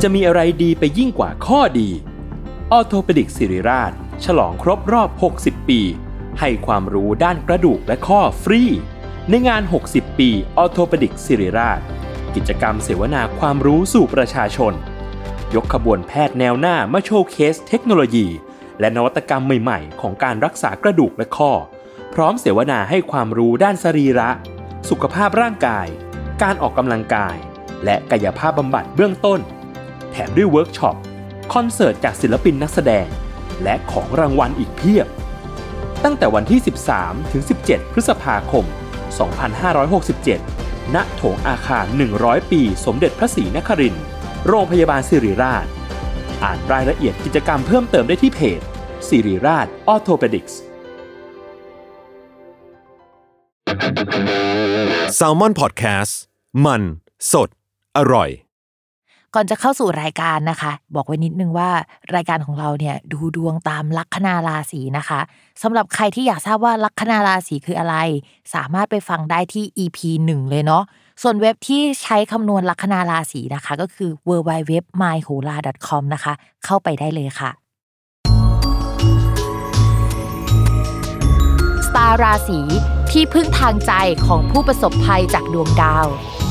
จะมีอะไรดีไปยิ่งกว่าข้อดีออร์โธเปดิกศิริราชฉลองครบรอบ60ปีให้ความรู้ด้านกระดูกและข้อฟรีในงาน60ปีออร์โธเปดิกศิริราชกิจกรรมเสวนาความรู้สู่ประชาชนยกขบวนแพทย์แนวหน้ามาโชว์เคสเทคโนโลยีและนวัตกรรมใหม่ๆของการรักษากระดูกและข้อพร้อมเสวนาให้ความรู้ด้านสรีระสุขภาพร่างกายการออกกำลังกายและกายภาพบำบัดเบื้องต้นแถมด้วยเวิร์กช็อปคอนเสิร์ตจากศิลปินนักแสดงและของรางวัลอีกเพียบตั้งแต่วันที่ 13-17 พฤษภาคม 2567 ณ โถงอาคาร 100 ปีสมเด็จพระศรีนครินทร์โรงพยาบาลศิริราชอ่านรายละเอียดกิจกรรมเพิ่มเติมได้ที่เพจศิริราชออร์โธเปดิกส์ Salmon Podcast มันสดอร่อยก่อนจะเข้าสู่รายการนะคะบอกไว้นิดนึงว่ารายการของเราเนี่ยดูดวงตามลัคนาราศีนะคะสำหรับใครที่อยากทราบว่าลัคนาราศีคืออะไรสามารถไปฟังได้ที่ EP 1 เลยเนาะส่วนเว็บที่ใช้คำนวณลัคนาราศีนะคะก็คือ www.myhola.com นะคะเข้าไปได้เลยค่ะสตาร์ราศีที่พึ่งทางใจของผู้ประสบภัยจากดวงดาว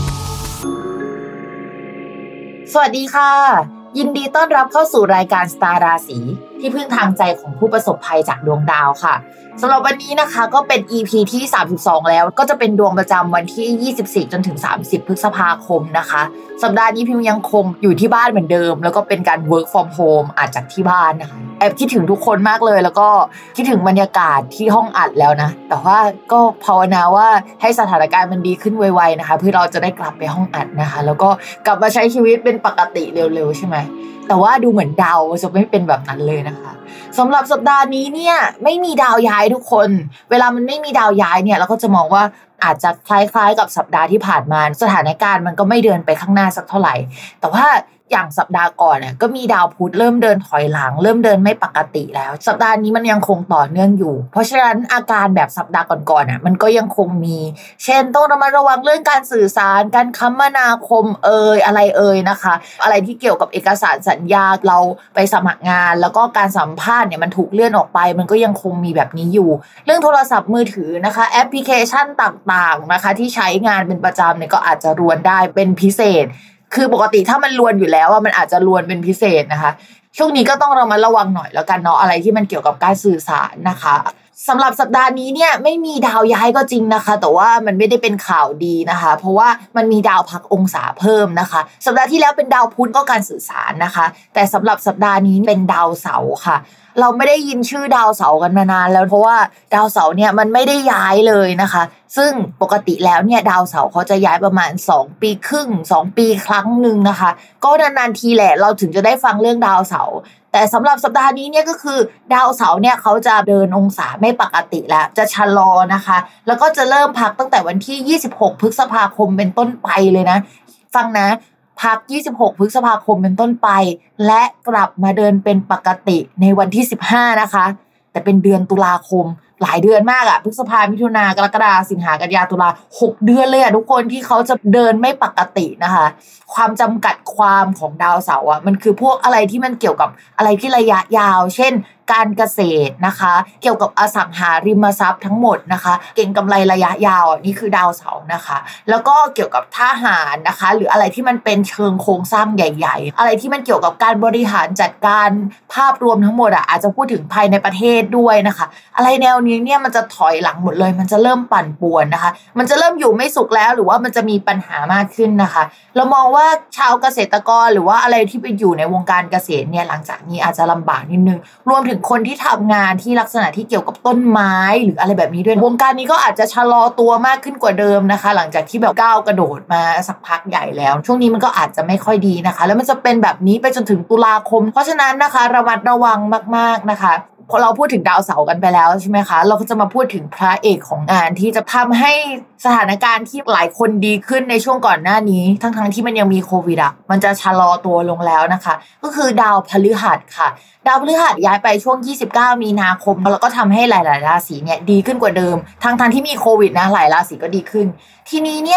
สวัสดีค่ะยินดีต้อนรับเข้าสู่รายการสตาร์ราศีที่พึ่งทางใจของผู้ประสบภัยจากดวงดาวค่ะสำหรับวันนี้นะคะก็เป็น EP ที่32แล้วก็จะเป็นดวงประจำวันที่24จนถึง30พฤษภาคมนะคะสัปดาห์นี้พิมยังคงอยู่ที่บ้านเหมือนเดิมแล้วก็เป็นการ work from home อัดจากที่บ้านนะคะแอบคิดถึงทุกคนมากเลยแล้วก็คิดถึงบรรยากาศที่ห้องอัดแล้วนะแต่ว่าก็ภาวนาว่าให้สถานการณ์มันดีขึ้นไวๆนะคะเพื่อเราจะได้กลับไปห้องอัดนะคะแล้วก็กลับมาใช้ชีวิตเป็นปกติเร็วๆใช่ไหมแต่ว่าดูเหมือนดาวจะไม่เป็นแบบนั้นเลยนะคะสำหรับสัปดาห์นี้เนี่ยไม่มีดาวย้ายทุกคนเวลามันไม่มีดาวย้ายเนี่ยเราก็จะมองว่าอาจจะคล้ายๆกับสัปดาห์ที่ผ่านมาสถานการณ์มันก็ไม่เดินไปข้างหน้าสักเท่าไหร่แต่ว่าอย่างสัปดาห์ก่อนเนี่ยก็มีดาวพุธเริ่มเดินถอยหลังเริ่มเดินไม่ปกติแล้วสัปดาห์นี้มันยังคงต่อเนื่องอยู่เพราะฉะนั้นอาการแบบสัปดาห์ก่อนๆมันก็ยังคงมีเช่นต้องระมัดระวังเรื่องการสื่อสารการคมนาคมอะไรนะคะอะไรที่เกี่ยวกับเอกสารสัญญาเราไปสมัครงานแล้วก็การสัมภาษณ์เนี่ยมันถูกเลื่อนออกไปมันก็ยังคงมีแบบนี้อยู่เรื่องโทรศัพท์มือถือนะคะแอปพลิเคชันต่างๆนะคะที่ใช้งานเป็นประจำเนี่ยก็อาจจะรวนได้เป็นพิเศษคือปกติถ้ามันรวนอยู่แล้วมันอาจจะรวนเป็นพิเศษนะคะช่วงนี้ก็ต้องระมัดระวังหน่อยแล้วกันเนาะอะไรที่มันเกี่ยวกับการสื่อสารนะคะสำหรับสัปดาห์นี้เนี่ยไม่มีดาวย้ายก็จริงนะคะแต่ว่ามันไม่ได้เป็นข่าวดีนะคะเพราะว่ามันมีดาวพักองศาเพิ่มนะคะสัปดาห์ที่แล้วเป็นดาวพุธก็การสื่อสารนะคะแต่สำหรับสัปดาห์นี้เป็นดาวเสาร์ค่ะเราไม่ได้ยินชื่อดาวเสาร์กันมานานแล้วเพราะว่าดาวเสาร์เนี่ยมันไม่ได้ย้ายเลยนะคะซึ่งปกติแล้วเนี่ยดาวเสาร์เขาจะย้ายประมาณ2ปีครึ่ง2ปีครั้งนึงนะคะก็นานๆทีแหละเราถึงจะได้ฟังเรื่องดาวเสาร์แต่สำหรับสัปดาห์นี้เนี่ยก็คือดาวเสาร์เนี่ยเขาจะเดินองศาไม่ปกติแล้วจะชะลอนะคะแล้วก็จะเริ่มพักตั้งแต่วันที่26พฤษภาคมเป็นต้นไปเลยนะฟังนะพัก26พฤษภาคมเป็นต้นไปและกลับมาเดินเป็นปกติในวันที่15นะคะแต่เป็นเดือนตุลาคมหลายเดือนมากพฤษภาคมมิถุนายนกรกฎาคมสิงหาคมกันยายนตุลา6เดือนเลยทุกคนที่เขาจะเดินไม่ปกตินะคะความจำกัดความของดาวเสาร์มันคือพวกอะไรที่มันเกี่ยวกับอะไรที่ระยะยาวเช่นการเกษตรนะคะเกี่ยวกับอสังหาริมทรัพย์ทั้งหมดนะคะเก็งกำไรระยะยาวนี่คือดาวเสาร์นะคะแล้วก็เกี่ยวกับทหารนะคะหรืออะไรที่มันเป็นเชิงโครงสร้างใหญ่ๆอะไรที่มันเกี่ยวกับการบริหารจัดการภาพรวมทั้งหมดอาจจะพูดถึงภายในประเทศด้วยนะคะอะไรแนวนี้เนี่ยมันจะถอยหลังหมดเลยมันจะเริ่มปั่นป่วนนะคะมันจะเริ่มอยู่ไม่สุขแล้วหรือว่ามันจะมีปัญหามากขึ้นนะคะเรามองว่าชาวเกษตรกรหรือว่าอะไรที่ไปอยู่ในวงการเกษตรเนี่ยหลังจากนี้อาจจะลำบากนิดนึงรวมถึงคนที่ทำงานที่ลักษณะที่เกี่ยวกับต้นไม้หรืออะไรแบบนี้ด้วยวงการนี้ก็อาจจะชะลอตัวมากขึ้นกว่าเดิมนะคะหลังจากที่แบบก้าวกระโดดมาสักพักใหญ่แล้วช่วงนี้มันก็อาจจะไม่ค่อยดีนะคะแล้วมันจะเป็นแบบนี้ไปจนถึงตุลาคมเพราะฉะนั้นนะคะระมัดระวังมากๆนะคะพอเราพูดถึงดาวเสาร์กันไปแล้วใช่ไหมคะเราก็จะมาพูดถึงพระเอกของงานที่จะทำให้สถานการณ์ที่หลายคนดีขึ้นในช่วงก่อนหน้านี้ทั้งที่มันยังมีโควิดมันจะชะลอตัวลงแล้วนะคะก็คือดาวพฤหัสค่ะดาวพฤหัสย้ายไปช่วง29มีนาคมแล้วก็ทำให้หลายๆราศีเนี่ยดีขึ้นกว่าเดิมทั้งที่มีโควิดนะหลายราศีก็ดีขึ้นทีนี้เนี่ย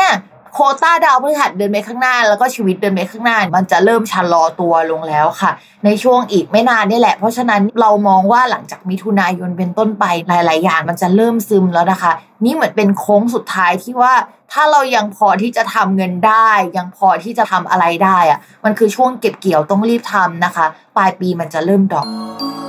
โควต้าดาวพฤหัสเดินไปข้างหน้าแล้วก็ชีวิตเดินไปข้างหน้ามันจะเริ่มชะลอตัวลงแล้วค่ะในช่วงอีกไม่นานนี่แหละเพราะฉะนั้นเรามองว่าหลังจากมิถุนายนเป็นต้นไปหลายๆอย่างมันจะเริ่มซึมแล้วนะคะนี่เหมือนเป็นโค้งสุดท้ายที่ว่าถ้าเรายังพอที่จะทำเงินได้ยังพอที่จะทำอะไรได้อะมันคือช่วงเก็บเกี่ยวต้องรีบทำนะคะปลายปีมันจะเริ่มดรอป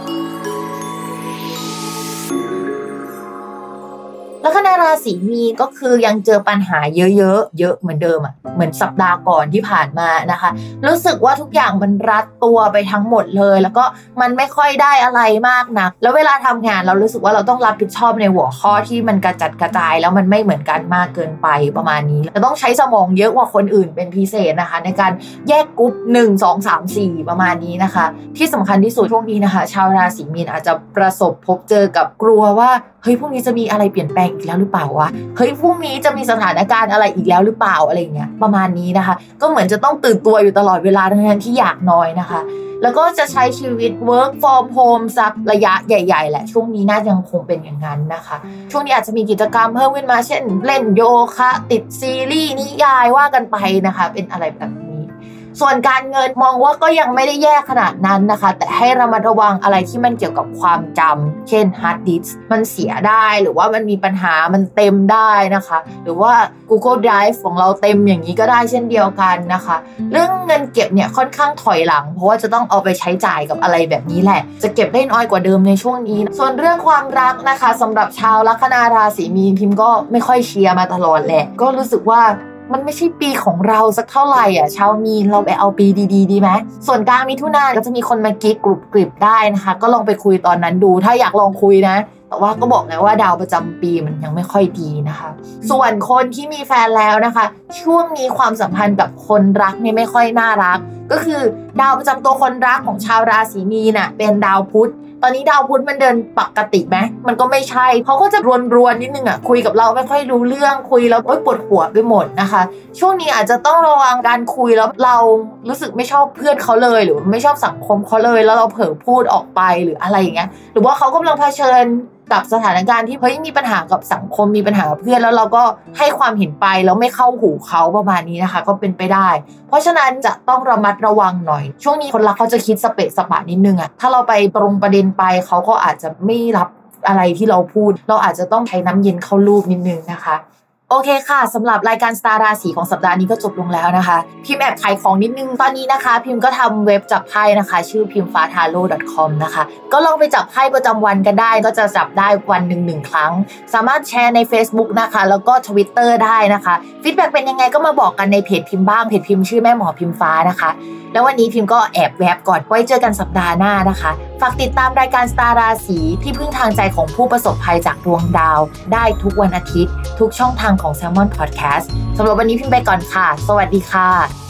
ลัคนาราศีมีนก็คือยังเจอปัญหาเยอะเหมือนเดิมอ่ะเหมือนสัปดาห์ก่อนที่ผ่านมานะคะรู้สึกว่าทุกอย่างมันรัดตัวไปทั้งหมดเลยแล้วก็มันไม่ค่อยได้อะไรมากนักแล้วเวลาทำงานเรารู้สึกว่าเราต้องรับผิดชอบในหัวข้อที่มันกระจัดกระจายแล้วมันไม่เหมือนกันมากเกินไปประมาณนี้จะต้องใช้สมองเยอะกว่าคนอื่นเป็นพิเศษนะคะในการแยกกรุ๊ป1 2 3 4ประมาณนี้นะคะที่สำคัญที่สุดช่วงนี้นะคะชาวราศีมีนอาจจะประสบพบเจอกับกลัวว่าเฮ้ยพรุ่งนี้จะมีอะไรเปลี่ยนแปลงอีกแล้วหรือเปล่าวะเฮ้ยพรุ่งนี้จะมีสถานการณ์อะไรอีกแล้วหรือเปล่าอะไรเงี้ยประมาณนี้นะคะก็เหมือนจะต้องตื่นตัวอยู่ตลอดเวลาทั้งที่อยากน้อยนะคะแล้วก็จะใช้ชีวิต work from home สักระยะใหญ่ๆแหละช่วงนี้น่าจะยังคงเป็นอย่างนั้นนะคะช่วงนี้อาจจะมีกิจกรรมเพิ่มขึ้นมาเช่นเล่นโยคะติดซีรีส์นิยายว่ากันไปนะคะเป็นอะไรแบบนี้ส่วนการเงินมองว่าก็ยังไม่ได้แย่ขนาดนั้นนะคะแต่ให้ระมัดระวังอะไรที่มันเกี่ยวกับความจำเช่นฮาร์ดดิสก์มันเสียได้หรือว่ามันมีปัญหามันเต็มได้นะคะหรือว่า Google Drive ของเราเต็มอย่างนี้ก็ได้เช่นเดียวกันนะคะเรื่องเงินเก็บเนี่ยค่อนข้างถอยหลังเพราะว่าจะต้องเอาไปใช้จ่ายกับอะไรแบบนี้แหละจะเก็บได้น้อยกว่าเดิมในช่วงนี้ส่วนเรื่องความรักนะคะสำหรับชาวลัคนาราศีมีนพิมก็ไม่ค่อยเชียร์มาตลอดแหละก็รู้สึกว่ามันไม่ใช่ปีของเราสักเท่าไหร่อ่ะชาวมีนเราไปเอาปีดีๆดีไหมส่วนกลางมิถุนายนก็จะมีคนมากิ๊กกรุบกริบได้นะคะก็ลองไปคุยตอนนั้นดูถ้าอยากลองคุยนะแต่ว่าก็บอกแล้วว่าดาวประจำปีมันยังไม่ค่อยดีนะคะส่วนคนที่มีแฟนแล้วนะคะช่วงนี้ความสัมพันธ์กับคนรักเนี่ยไม่ค่อยน่ารักก็คือดาวประจำตัวคนรักของชาวราศีมีนน่ะเป็นดาวพุธตอนนี้ดาวพุธมันเดินปกติไหมมันก็ไม่ใช่เขาก็จะรวนนิดนึงอ่ะคุยกับเราไม่ค่อยรู้เรื่องคุยแล้วปวดหัวไปหมดนะคะช่วงนี้อาจจะต้องระวังการคุยแล้วเรารู้สึกไม่ชอบเพื่อนเขาเลยหรือไม่ชอบสังคมเขาเลยแล้วเราเผลอพูดออกไปหรืออะไรอย่างเงี้ยหรือว่าเขากำลังเผชิญกับสถานการณ์ที่เฮ้ยมีปัญหากับสังคมมีปัญหากับเพื่อนแล้วเราก็ให้ความเห็นไปแล้วไม่เข้าหูเขาประมาณนี้นะคะก็เป็นไปได้เพราะฉะนั้นจะต้องระมัดระวังหน่อยช่วงนี้คนรักเขาจะคิดสเปะสปะนิดนึงอะถ้าเราไปตรงประเด็นไปเขาก็อาจจะไม่รับอะไรที่เราพูดเราอาจจะต้องใช้น้ำเย็นเข้าลูบนิดนึงนะคะโอเคค่ะสำหรับรายการสตาร์ราศีของสัปดาห์นี้ก็จบลงแล้วนะคะพิมพ์แอบขายของนิดนึงตอนนี้นะคะพิมพ์ก็ทำเว็บจับไพ่นะคะชื่อpimpfataro.com นะคะก็ลองไปจับไพ่ประจำวันกันได้ก็จะจับได้วันหนึ่ง1 ครั้งสามารถแชร์ใน Facebook นะคะแล้วก็ Twitter ได้นะคะฟีดแบ็กเป็นยังไงก็มาบอกกันในเพจพิมพ์บ้างเพจพิมพ์ชื่อแม่หมอพิมฟ้านะคะแล้ววันนี้พิมพ์ก็แอบแวบก่อนไว้เจอกันสัปดาห์หน้านะคะฝากติดตามรายการสตาร์ราศีที่พึ่งทางใจของผู้ประสบภัยจากดวงดาวได้ทุกวันอาทิตย์ทุกช่องทางของ Salmon Podcast สำหรับวันนี้พิมพ์ไปก่อนค่ะสวัสดีค่ะ